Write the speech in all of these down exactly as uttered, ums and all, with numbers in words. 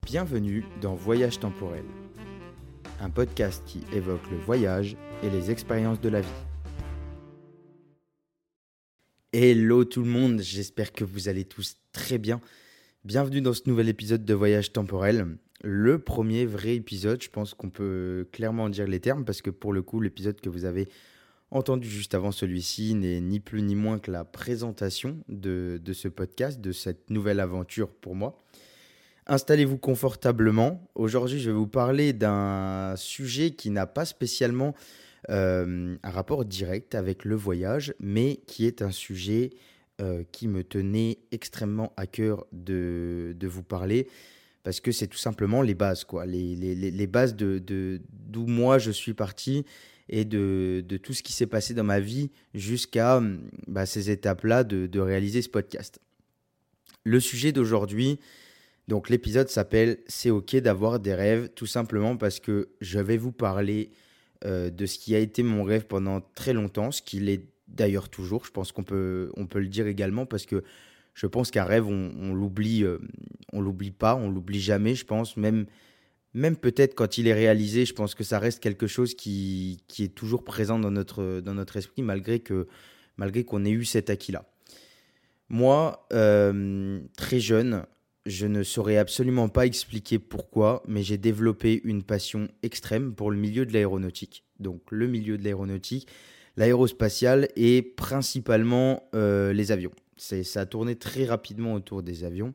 Bienvenue dans Voyage temporel, un podcast qui évoque le voyage et les expériences de la vie. Hello tout le monde, j'espère que vous allez tous très bien. Bienvenue dans ce nouvel épisode de Voyage temporel, le premier vrai épisode, je pense qu'on peut clairement dire les termes parce que pour le coup l'épisode que vous avez entendu juste avant celui-ci n'est ni plus ni moins que la présentation de, de ce podcast, de cette nouvelle aventure pour moi. Installez-vous confortablement. Aujourd'hui, je vais vous parler d'un sujet qui n'a pas spécialement euh, un rapport direct avec le voyage, mais qui est un sujet euh, qui me tenait extrêmement à cœur de, de vous parler, parce que c'est tout simplement les bases, quoi. Les, les, les- les bases de, de- d'où moi je suis parti et de, de tout ce qui s'est passé dans ma vie jusqu'à hum, bah, ces étapes-là de, de réaliser ce podcast. Le sujet d'aujourd'hui, donc l'épisode s'appelle C'est ok d'avoir des rêves, tout simplement parce que je vais vous parler euh, de ce qui a été mon rêve pendant très longtemps, ce qu'il est d'ailleurs toujours. Je pense qu'on peut, on peut le dire également parce que je pense qu'un rêve, on, on l'oublie, euh, on l'oublie pas, on l'oublie jamais, je pense. Même, même peut-être quand il est réalisé, je pense que ça reste quelque chose qui, qui est toujours présent dans notre, dans notre esprit malgré que, malgré qu'on ait eu cet acquis-là. Moi, euh, très jeune, je ne saurais absolument pas expliquer pourquoi, mais j'ai développé une passion extrême pour le milieu de l'aéronautique. Donc le milieu de l'aéronautique, l'aérospatiale et principalement euh, les avions. C'est, ça a tourné très rapidement autour des avions.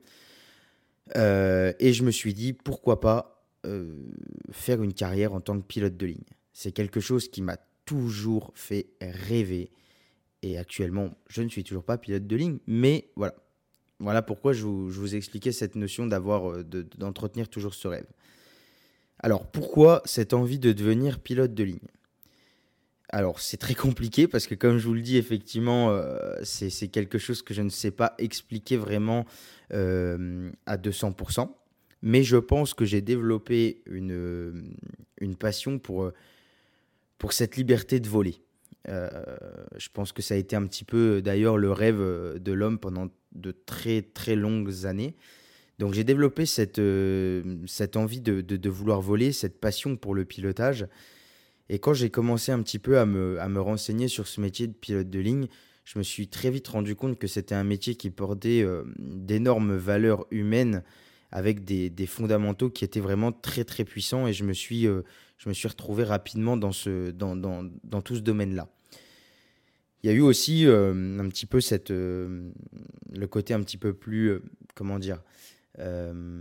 Euh, et je me suis dit, pourquoi pas euh, faire une carrière en tant que pilote de ligne. C'est quelque chose qui m'a toujours fait rêver. Et actuellement, je ne suis toujours pas pilote de ligne, mais voilà. Voilà pourquoi je vous, je vous expliquais cette notion d'avoir, euh, de- d'entretenir toujours ce rêve. Alors, pourquoi cette envie de devenir pilote de ligne? Alors, c'est très compliqué parce que, comme je vous le dis, effectivement, euh, c'est, c'est quelque chose que je ne sais pas expliquer vraiment euh, à deux cents pour cent. Mais je pense que j'ai développé une, euh, une passion pour, euh, pour cette liberté de voler. Euh, je pense que ça a été un petit peu d'ailleurs le rêve euh, de l'homme pendant de très très longues années. Donc j'ai développé cette, euh, cette envie de, de- de vouloir voler, cette passion pour le pilotage. Et quand j'ai commencé un petit peu à me, à me renseigner sur ce métier de pilote de ligne, je me suis très vite rendu compte que c'était un métier qui portait euh, d'énormes valeurs humaines avec des, des fondamentaux qui étaient vraiment très très puissants. Et je me suis, euh, je me suis retrouvé rapidement dans, ce, dans, dans, dans tout ce domaine-là. Il y a eu aussi euh, un petit peu cette, euh, le côté un petit peu plus, euh, comment dire, euh,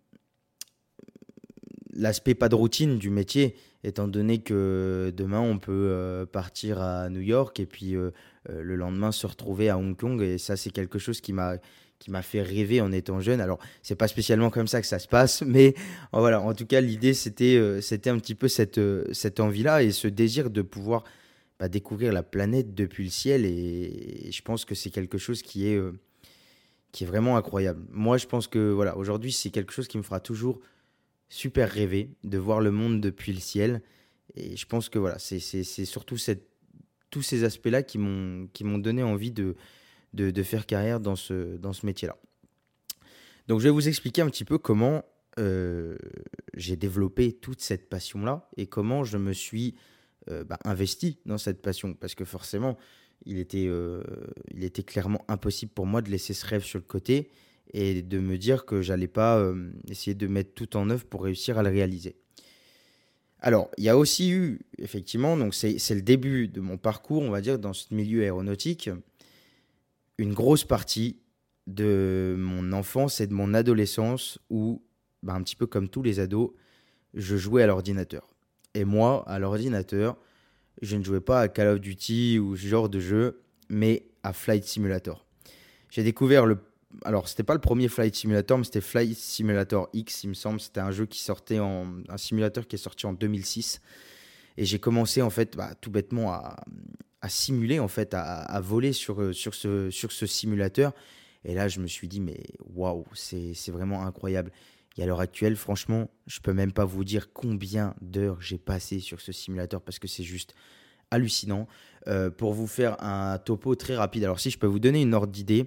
l'aspect pas de routine du métier, étant donné que demain on peut euh, partir à New York et puis euh, euh, le lendemain se retrouver à Hong Kong. Et ça, c'est quelque chose qui m'a qui m'a fait rêver en étant jeune. Alors, c'est pas spécialement comme ça que ça se passe, mais euh, voilà. En tout cas, l'idée c'était euh, c'était un petit peu cette euh, cette envie-là et ce désir de pouvoir bah, découvrir la planète depuis le ciel. Et, et je pense que c'est quelque chose qui est euh, qui est vraiment incroyable. Moi, je pense que voilà, aujourd'hui, c'est quelque chose qui me fera toujours super rêver de voir le monde depuis le ciel. Et je pense que voilà, c'est c'est- c'est surtout cette, tous ces aspects-là qui m'ont qui m'ont donné envie de, de, de faire carrière dans ce, dans ce métier-là. Donc je vais vous expliquer un petit peu comment euh, j'ai développé toute cette passion-là et comment je me suis euh, bah, investi dans cette passion. Parce que forcément, il était, euh, il était clairement impossible pour moi de laisser ce rêve sur le côté et de me dire que j'allais pas euh, essayer de mettre tout en œuvre pour réussir à le réaliser. Alors, il y a aussi eu, effectivement, donc c'est c'est le début de mon parcours, on va dire, dans ce milieu aéronautique, une grosse partie de mon enfance et de mon adolescence où, bah, un petit peu comme tous les ados, je jouais à l'ordinateur. Et moi, à l'ordinateur, je ne jouais pas à Call of Duty ou ce genre de jeu, mais à Flight Simulator. J'ai découvert le... Alors, c'était pas le premier Flight Simulator, mais c'était Flight Simulator X, il me semble. C'était un jeu qui sortait en... un simulateur qui est sorti en deux mille six. Et j'ai commencé, en fait, bah, tout bêtement à, à simuler, en fait, à, à voler sur, euh, sur, ce, sur ce simulateur. Et là, je me suis dit, mais waouh, c'est, c'est vraiment incroyable. Et à l'heure actuelle, franchement, je peux même pas vous dire combien d'heures j'ai passé sur ce simulateur parce que c'est juste hallucinant. Euh, pour vous faire un topo très rapide, alors si je peux vous donner une ordre d'idée,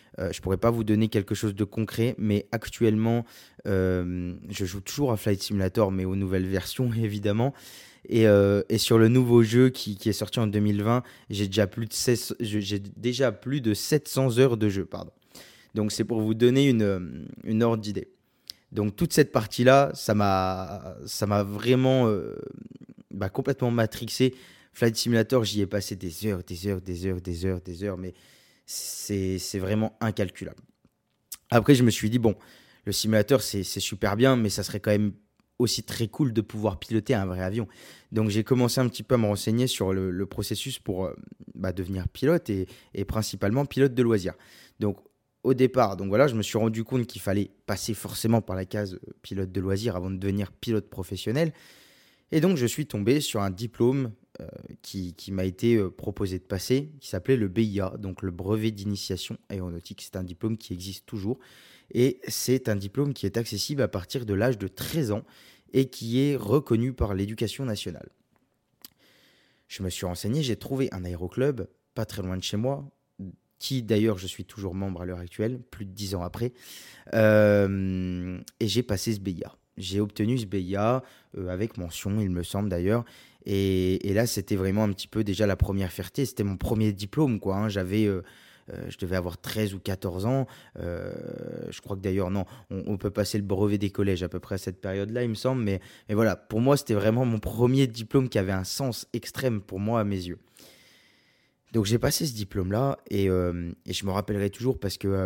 Euh, je pourrais pas vous donner quelque chose de concret, mais actuellement, euh, je joue toujours à Flight Simulator, mais aux nouvelles versions, évidemment. Et, euh, et sur le nouveau jeu qui, qui est sorti en deux mille vingt, j'ai déjà plus de seize je- j'ai déjà plus de sept cents heures de jeu, pardon. Donc c'est pour vous donner une, euh, une ordre d'idée. Donc toute cette partie-là, ça m'a, ça m'a vraiment euh, bah, complètement matrixé. Flight Simulator, j'y ai passé des heures, des heures, des heures, des heures, des heures, mais c'est, c'est vraiment incalculable. Après, je me suis dit, bon, le simulateur, c'est, c'est super bien, mais ça serait quand même aussi très cool de pouvoir piloter un vrai avion. Donc j'ai commencé un petit peu à me renseigner sur le, le processus pour euh, bah, devenir pilote et, et principalement pilote de loisirs. Donc au départ, donc voilà, je me suis rendu compte qu'il fallait passer forcément par la case euh, pilote de loisirs avant de devenir pilote professionnel. Et donc je suis tombé sur un diplôme euh, qui, qui m'a été euh, proposé de passer, qui s'appelait le B I A, donc le brevet d'initiation aéronautique. C'est un diplôme qui existe toujours et c'est un diplôme qui est accessible à partir de l'âge de treize ans et qui est reconnu par l'éducation nationale. Je me suis renseigné, j'ai trouvé un aéroclub pas très loin de chez moi, qui d'ailleurs je suis toujours membre à l'heure actuelle, plus de dix ans après, euh, et j'ai passé ce B I A. J'ai obtenu ce B I A euh, avec mention, il me semble d'ailleurs. Et, et là, c'était vraiment un petit peu déjà la première fierté. C'était mon premier diplôme, quoi, hein. J'avais, euh, euh, je devais avoir treize ou quatorze ans. Euh, je crois que d'ailleurs, non, on, on peut passer le brevet des collèges à peu près à cette période-là, il me semble. Mais, mais voilà, pour moi, c'était vraiment mon premier diplôme qui avait un sens extrême pour moi à mes yeux. Donc j'ai passé ce diplôme-là et, euh, et je me rappellerai toujours parce que euh,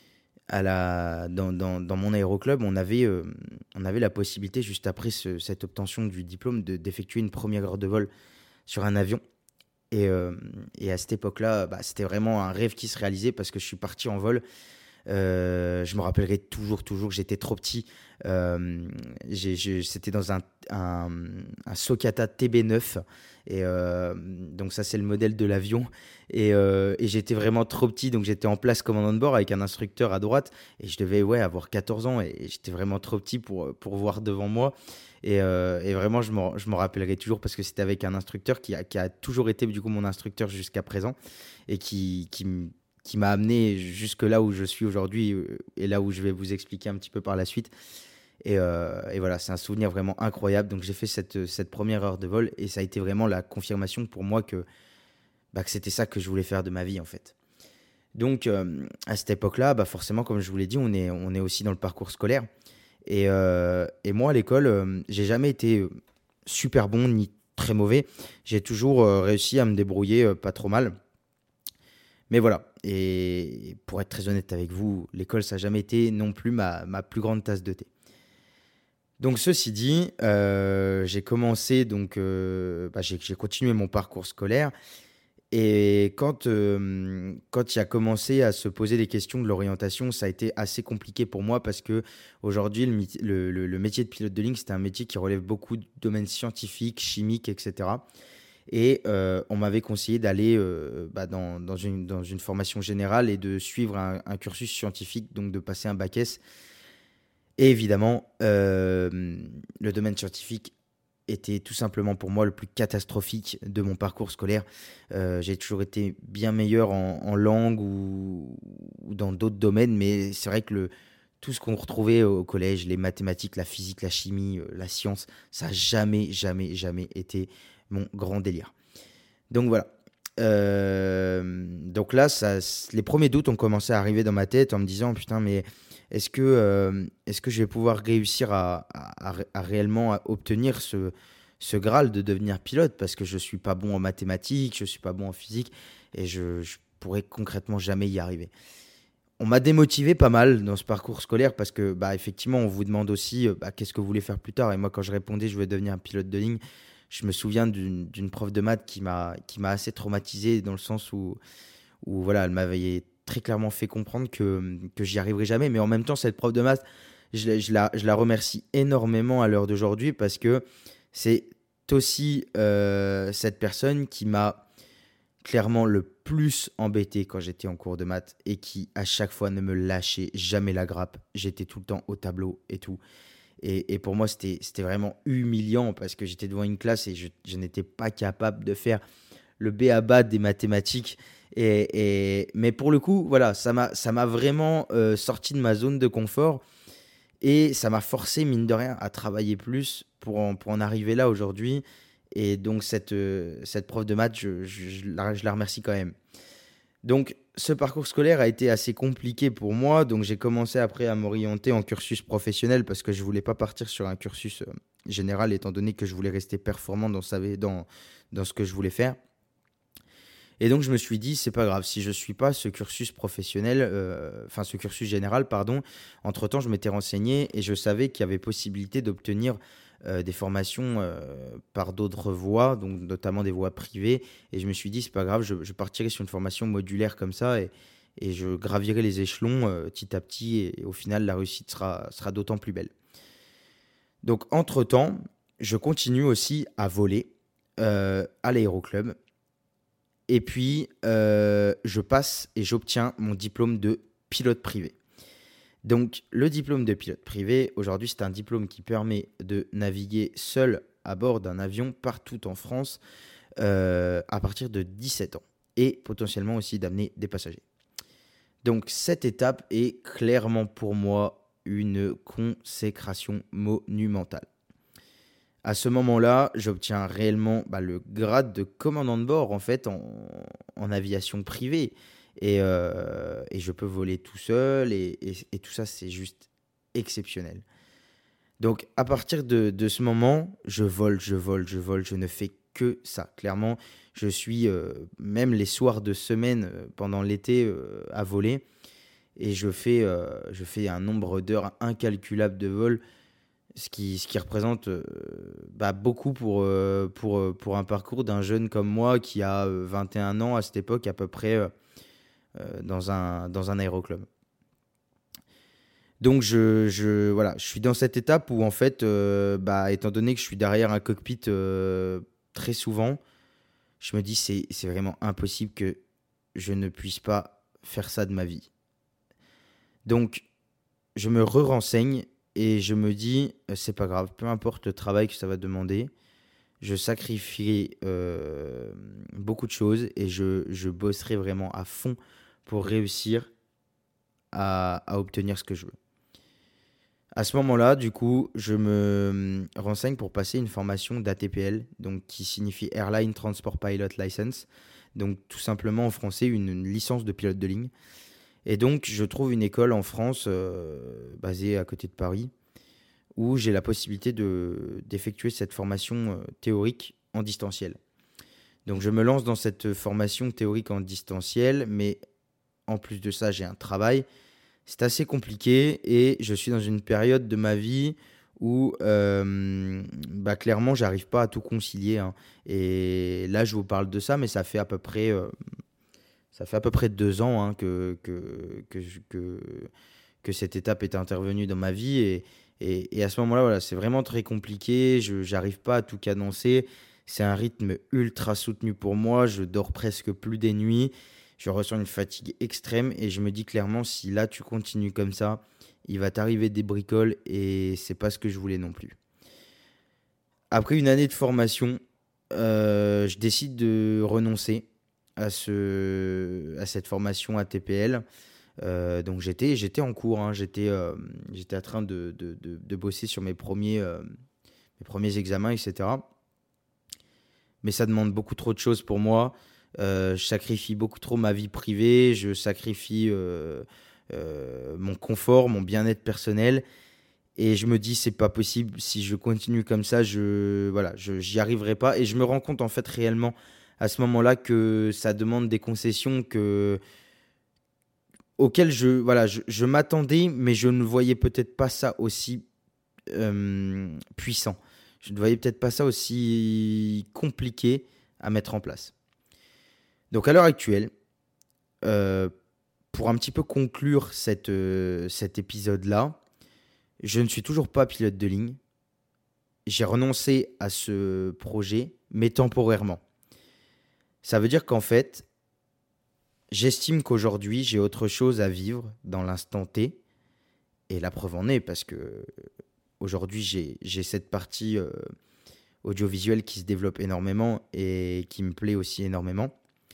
à la, dans, dans, dans mon aéroclub, on avait, euh, on avait la possibilité, juste après ce- cette obtention du diplôme, de- d'effectuer une première heure de vol sur un avion. Et, euh, et à cette époque-là, bah, c'était vraiment un rêve qui se réalisait parce que je suis parti en vol. Euh, je me rappellerai toujours, toujours que j'étais trop petit. Euh, j'ai- j'ai- C'était dans un, un, un Socata T B neuf. Et euh, donc ça, c'est le modèle de l'avion. Et, euh, et j'étais vraiment trop petit. Donc j'étais en place commandant de bord avec un instructeur à droite. Et je devais ouais, avoir quatorze ans. Et j'étais vraiment trop petit pour, pour voir devant moi. Et, euh, et vraiment, je m'en je m'en rappellerai toujours parce que c'était avec un instructeur qui a, qui a toujours été du coup mon instructeur jusqu'à présent et qui, qui, m- qui m'a amené jusque là où je suis aujourd'hui euh, et là où je vais vous expliquer un petit peu par la suite. Et, euh, et voilà, c'est un souvenir vraiment incroyable. Donc j'ai fait cette, cette première heure de vol et ça a été vraiment la confirmation pour moi que, bah, que c'était ça que je voulais faire de ma vie en fait. Donc euh, à cette époque-là, bah, forcément, comme je vous l'ai dit, on est, on est aussi dans le parcours scolaire. Et, euh, et moi, à l'école, euh, j'ai jamais été euh, super bon ni très mauvais. J'ai toujours euh, réussi à me débrouiller euh, pas trop mal. Mais voilà. Et pour être très honnête avec vous, l'école, ça n'a jamais été non plus ma, ma plus grande tasse de thé. Donc, ceci dit, euh, j'ai commencé, donc, euh, bah, j'ai j'ai continué mon parcours scolaire. Et quand, euh, quand il a commencé à se poser des questions de l'orientation, ça a été assez compliqué pour moi parce que aujourd'hui, le, mit- le- le- le métier de pilote de ligne, c'est un métier qui relève beaucoup de domaines scientifiques, chimiques, et cetera. Et euh, on m'avait conseillé d'aller euh, bah, dans, dans une, dans une formation générale et de suivre un, un cursus scientifique, donc de passer un bac S. Et évidemment, euh, le domaine scientifique était tout simplement pour moi le plus catastrophique de mon parcours scolaire. Euh, j'ai toujours été bien meilleur en, en langue ou, ou dans d'autres domaines, mais c'est vrai que le, tout ce qu'on retrouvait au collège, les mathématiques, la physique, la chimie, euh, la science, ça n'a jamais, jamais, jamais été mon grand délire. Donc voilà. Euh, donc là, ça, les premiers doutes ont commencé à arriver dans ma tête en me disant, putain, mais est-ce que, euh, est-ce que je vais pouvoir réussir à, à- à à réellement à obtenir ce, ce Graal de devenir pilote? Parce que je ne suis pas bon en mathématiques, je ne suis pas bon en physique, et je, je pourrais concrètement jamais y arriver. On m'a démotivé pas mal dans ce parcours scolaire parce que, bah, effectivement, on vous demande aussi, euh, bah, qu'est-ce que vous voulez faire plus tard. Et moi, quand je répondais, je voulais devenir un pilote de ligne, je me souviens d'une d'une prof de maths qui m'a qui m'a assez traumatisé dans le sens où, où voilà, elle m'avait très clairement fait comprendre que, que j'y arriverais jamais. Mais en même temps, cette prof de maths, je, la, je la, je la remercie énormément à l'heure d'aujourd'hui parce que c'est aussi euh, cette personne qui m'a clairement le plus embêté quand j'étais en cours de maths et qui à chaque fois ne me lâchait jamais la grappe. J'étais tout le temps au tableau et tout. Et, et pour moi, c'était, c'était vraiment humiliant parce que j'étais devant une classe et je, je n'étais pas capable de faire le b a-ba des mathématiques. Et, et, mais pour le coup, voilà, ça m'a, ça m'a vraiment euh, sorti de ma zone de confort et ça m'a forcé, mine de rien, à travailler plus pour en, pour en arriver là aujourd'hui. Et donc, cette, euh, cette prof de maths, je, je, je la, je la remercie quand même. Donc, ce parcours scolaire a été assez compliqué pour moi. Donc, j'ai commencé après à m'orienter en cursus professionnel parce que je ne voulais pas partir sur un cursus euh, général, étant donné que je voulais rester performant dans, sa- dans, dans ce que je voulais faire. Et donc, je me suis dit, c'est pas grave, si je suis pas ce cursus professionnel, euh, enfin, ce cursus général, pardon, entre-temps, je m'étais renseigné et je savais qu'il y avait possibilité d'obtenir euh, des formations euh, par d'autres voies, donc notamment des voies privées. Et je me suis dit, c'est pas grave, je, je partirai sur une formation modulaire comme ça et, et je gravirai les échelons euh, petit à petit. Et, et au final, la réussite sera, sera d'autant plus belle. Donc, entre-temps, je continue aussi à voler euh, à l'aéroclub. Et puis, euh, je passe et j'obtiens mon diplôme de pilote privé. Donc, le diplôme de pilote privé, aujourd'hui, c'est un diplôme qui permet de naviguer seul à bord d'un avion partout en France euh, à partir de dix-sept ans et potentiellement aussi d'amener des passagers. Donc, cette étape est clairement pour moi une consécration monumentale. À ce moment-là, j'obtiens réellement bah, le grade de commandant de bord en fait en, en aviation privée. Et, euh, et je peux voler tout seul et, et- et tout ça, c'est juste exceptionnel. Donc à partir de, de ce moment, je vole, je vole, je vole, je ne fais que ça. Clairement, je suis euh, même les soirs de semaine euh, pendant l'été euh, à voler et je fais, euh, je fais un nombre d'heures incalculable de vol ce qui, ce qui représente euh, bah, beaucoup pour, euh, pour, euh, pour un parcours d'un jeune comme moi qui a euh, vingt et un ans à cette époque à peu près euh, euh, dans un, dans un aéroclub. Donc je, je, voilà, je suis dans cette étape où en fait, euh, bah, étant donné que je suis derrière un cockpit euh, très souvent, je me dis c'est, c'est vraiment impossible que je ne puisse pas faire ça de ma vie. Donc je me re-renseigne et je me dis euh, c'est pas grave, peu importe le travail que ça va demander, je sacrifierai euh, beaucoup de choses et je, je bosserai vraiment à fond pour réussir à, à obtenir ce que je veux. À ce moment-là, du coup, je me euh, renseigne pour passer une formation d'A T P L, donc qui signifie Airline Transport Pilot License, donc tout simplement en français une, une licence de pilote de ligne. Et donc, je trouve une école en France euh, basée à côté de Paris où j'ai la possibilité de, d'effectuer cette formation euh, théorique en distanciel. Donc je me lance dans cette formation théorique en distanciel, mais en plus de ça, j'ai un travail. C'est assez compliqué et je suis dans une période de ma vie où euh, bah, clairement, j'arrive pas à tout concilier, hein. Et là, je vous parle de ça, mais ça fait à peu près, euh, ça fait à peu près deux ans hein, que, que, que, je- que, que cette étape est intervenue dans ma vie. Et, et, et à ce moment-là, voilà, c'est vraiment très compliqué. Je n'arrive pas à tout cadencer. C'est un rythme ultra soutenu pour moi. Je dors presque plus des nuits. Je ressens une fatigue extrême et je me dis clairement, si là tu continues comme ça, il va t'arriver des bricoles et c'est pas ce que je voulais non plus. Après une année de formation, euh, je décide de renoncer à, ce, à cette formation A T P L. Euh, donc j'étais, j'étais en cours, hein. j'étais, euh, j'étais en train de, de, de, de bosser sur mes premiers, euh, mes premiers examens, et cetera. Mais ça demande beaucoup trop de choses pour moi. Euh, je sacrifie beaucoup trop ma vie privée, je sacrifie euh, euh, mon confort, mon bien-être personnel. Et je me dis, c'est pas possible, si je continue comme ça, je, voilà, je, j'y arriverai pas. Et je me rends compte en fait réellement à ce moment-là que ça demande des concessions que, auquel je, voilà, je, je m'attendais, mais je ne voyais peut-être pas ça aussi euh, puissant. Je ne voyais peut-être pas ça aussi compliqué à mettre en place. Donc à l'heure actuelle, euh, pour un petit peu conclure cette, euh, cet épisode-là, je ne suis toujours pas pilote de ligne. J'ai renoncé à ce projet, mais temporairement. Ça veut dire qu'en fait, j'estime qu'aujourd'hui, j'ai autre chose à vivre dans l'instant T. Et la preuve en est, parce que aujourd'hui, j'ai, j'ai cette partie euh, audiovisuelle qui se développe énormément et qui me plaît aussi énormément.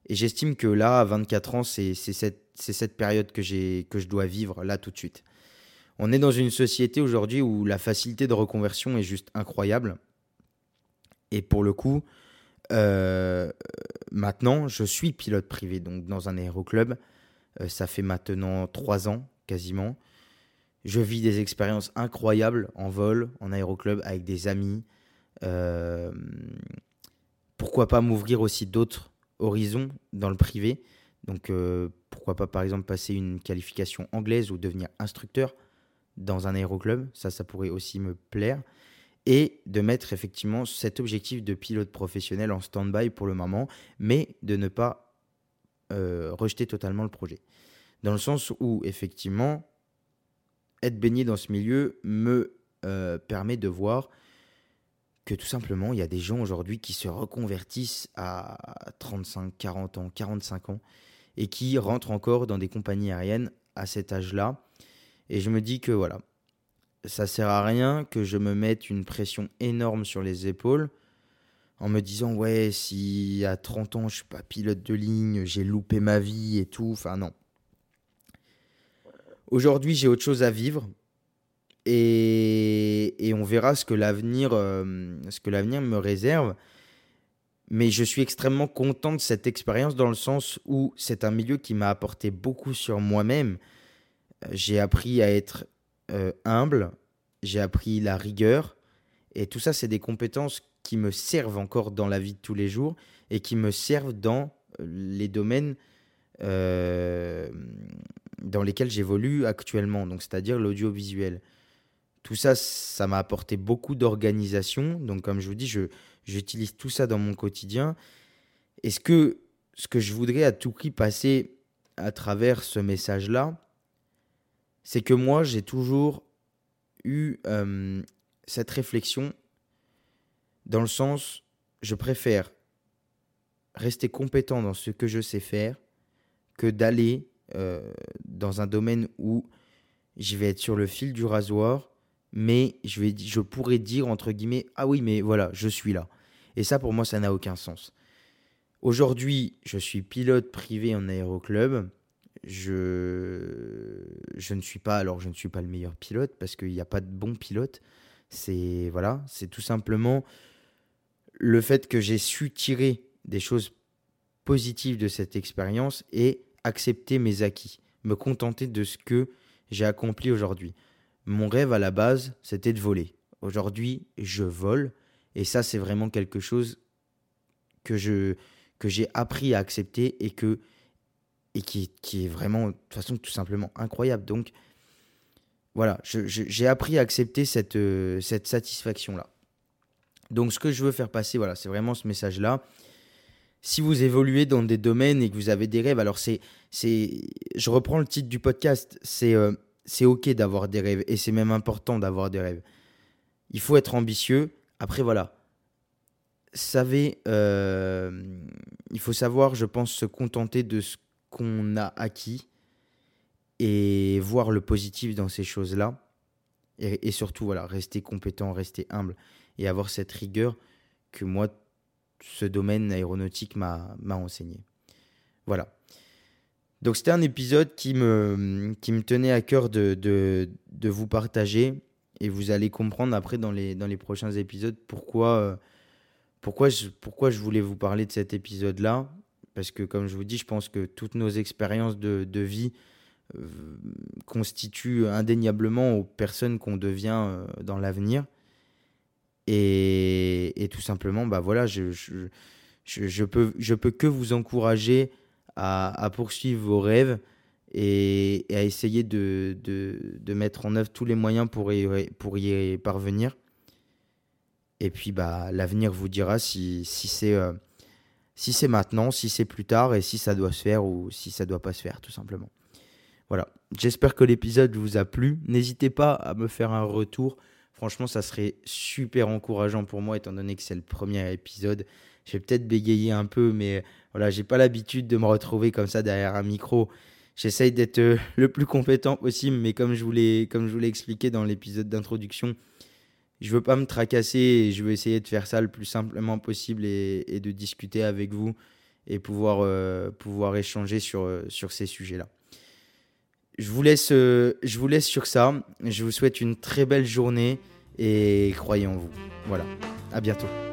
Et j'estime que là, à vingt-quatre ans, c'est, c'est, cette, c'est cette période que, j'ai, que je dois vivre là tout de suite. On est dans une société aujourd'hui où la facilité de reconversion est juste incroyable. Et pour le coup, euh, maintenant, je suis pilote privé, donc dans un aéroclub. Euh, ça fait maintenant trois ans quasiment. Je vis des expériences incroyables en vol, en aéroclub, avec des amis. Euh, pourquoi pas m'ouvrir aussi d'autres horizons dans le privé. Donc euh, pourquoi pas par exemple passer une qualification anglaise ou devenir instructeur dans un aéroclub. Ça, ça pourrait aussi me plaire. Et de mettre effectivement cet objectif de pilote professionnel en stand-by pour le moment, mais de ne pas euh, rejeter totalement le projet. Dans le sens où, effectivement, être baigné dans ce milieu me euh, permet de voir que tout simplement, il y a des gens aujourd'hui qui se reconvertissent à trente-cinq, quarante ans, quarante-cinq ans et qui rentrent encore dans des compagnies aériennes à cet âge-là. Et je me dis que voilà, ça sert à rien que je me mette une pression énorme sur les épaules en me disant ouais, si à trente ans je suis pas pilote de ligne, j'ai loupé ma vie et tout. Enfin non. Aujourd'hui, j'ai autre chose à vivre et, et on verra ce que l'avenir euh, ce que l'avenir me réserve. Mais je suis extrêmement content de cette expérience dans le sens où c'est un milieu qui m'a apporté beaucoup sur moi-même. Euh, J'ai appris à être euh, humble, j'ai appris la rigueur, et tout ça, c'est des compétences qui me servent encore dans la vie de tous les jours et qui me servent dans euh, les domaines euh, dans lesquels j'évolue actuellement, donc c'est-à-dire l'audiovisuel. Tout ça, ça m'a apporté beaucoup d'organisation. Donc, comme je vous dis, je, j'utilise tout ça dans mon quotidien. Et ce que, ce que je voudrais à tout prix passer à travers ce message-là, c'est que moi, j'ai toujours eu euh, cette réflexion dans le sens, je préfère rester compétent dans ce que je sais faire que d'aller euh, dans un domaine où je vais être sur le fil du rasoir, mais je, vais, je pourrais dire, entre guillemets, ah oui, mais voilà, je suis là. Et ça, pour moi, ça n'a aucun sens. Aujourd'hui, je suis pilote privé en aéroclub. Je, je ne suis pas, alors je ne suis pas le meilleur pilote parce qu'il n'y a pas de bon pilote. C'est, voilà, c'est tout simplement le fait que j'ai su tirer des choses positives de cette expérience et accepter mes acquis, me contenter de ce que j'ai accompli aujourd'hui. Mon rêve à la base, c'était de voler. Aujourd'hui, je vole et ça, c'est vraiment quelque chose que je que j'ai appris à accepter et que et qui, qui est vraiment de toute façon tout simplement incroyable. Donc voilà, je, je, j'ai appris à accepter cette, euh, cette satisfaction-là. Donc ce que je veux faire passer, voilà, c'est vraiment ce message-là. Si vous évoluez dans des domaines et que vous avez des rêves, alors c'est, c'est, je reprends le titre du podcast, c'est, euh, c'est ok d'avoir des rêves et c'est même important d'avoir des rêves. Il faut être ambitieux. Après voilà, savez, euh, il faut savoir, je pense, se contenter de ce qu'on a acquis et voir le positif dans ces choses-là. Et, et surtout, voilà, rester compétent, rester humble et avoir cette rigueur que moi, ce domaine aéronautique m'a, m'a enseigné. Voilà. Donc c'était un épisode qui me, qui me tenait à cœur de, de, de vous partager. Et vous allez comprendre après dans les, dans les prochains épisodes pourquoi, euh, pourquoi, je, pourquoi je voulais vous parler de cet épisode-là. Parce que comme je vous dis, je pense que toutes nos expériences de, de vie euh, constituent indéniablement aux personnes qu'on devient euh, dans l'avenir. Et, et tout simplement, bah voilà, je, je, je, je peux, je peux que vous encourager à, à poursuivre vos rêves et, et à essayer de, de, de mettre en œuvre tous les moyens pour y, pour y parvenir. Et puis, bah, l'avenir vous dira si, si c'est euh, si c'est maintenant, si c'est plus tard et si ça doit se faire ou si ça doit pas se faire, tout simplement. Voilà, j'espère que l'épisode vous a plu. N'hésitez pas à me faire un retour. Franchement, ça serait super encourageant pour moi, étant donné que c'est le premier épisode. Je vais peut-être bégayer un peu, mais voilà, j'ai pas l'habitude de me retrouver comme ça derrière un micro. J'essaye d'être euh, le plus compétent possible, mais comme je vous l'ai, comme je vous l'ai expliqué dans l'épisode d'introduction, je veux pas me tracasser et je veux essayer de faire ça le plus simplement possible et, et de discuter avec vous et pouvoir, euh, pouvoir échanger sur, euh, sur ces sujets-là. Je vous laisse, euh, je vous laisse sur ça. Je vous souhaite une très belle journée et croyez en vous. Voilà, à bientôt.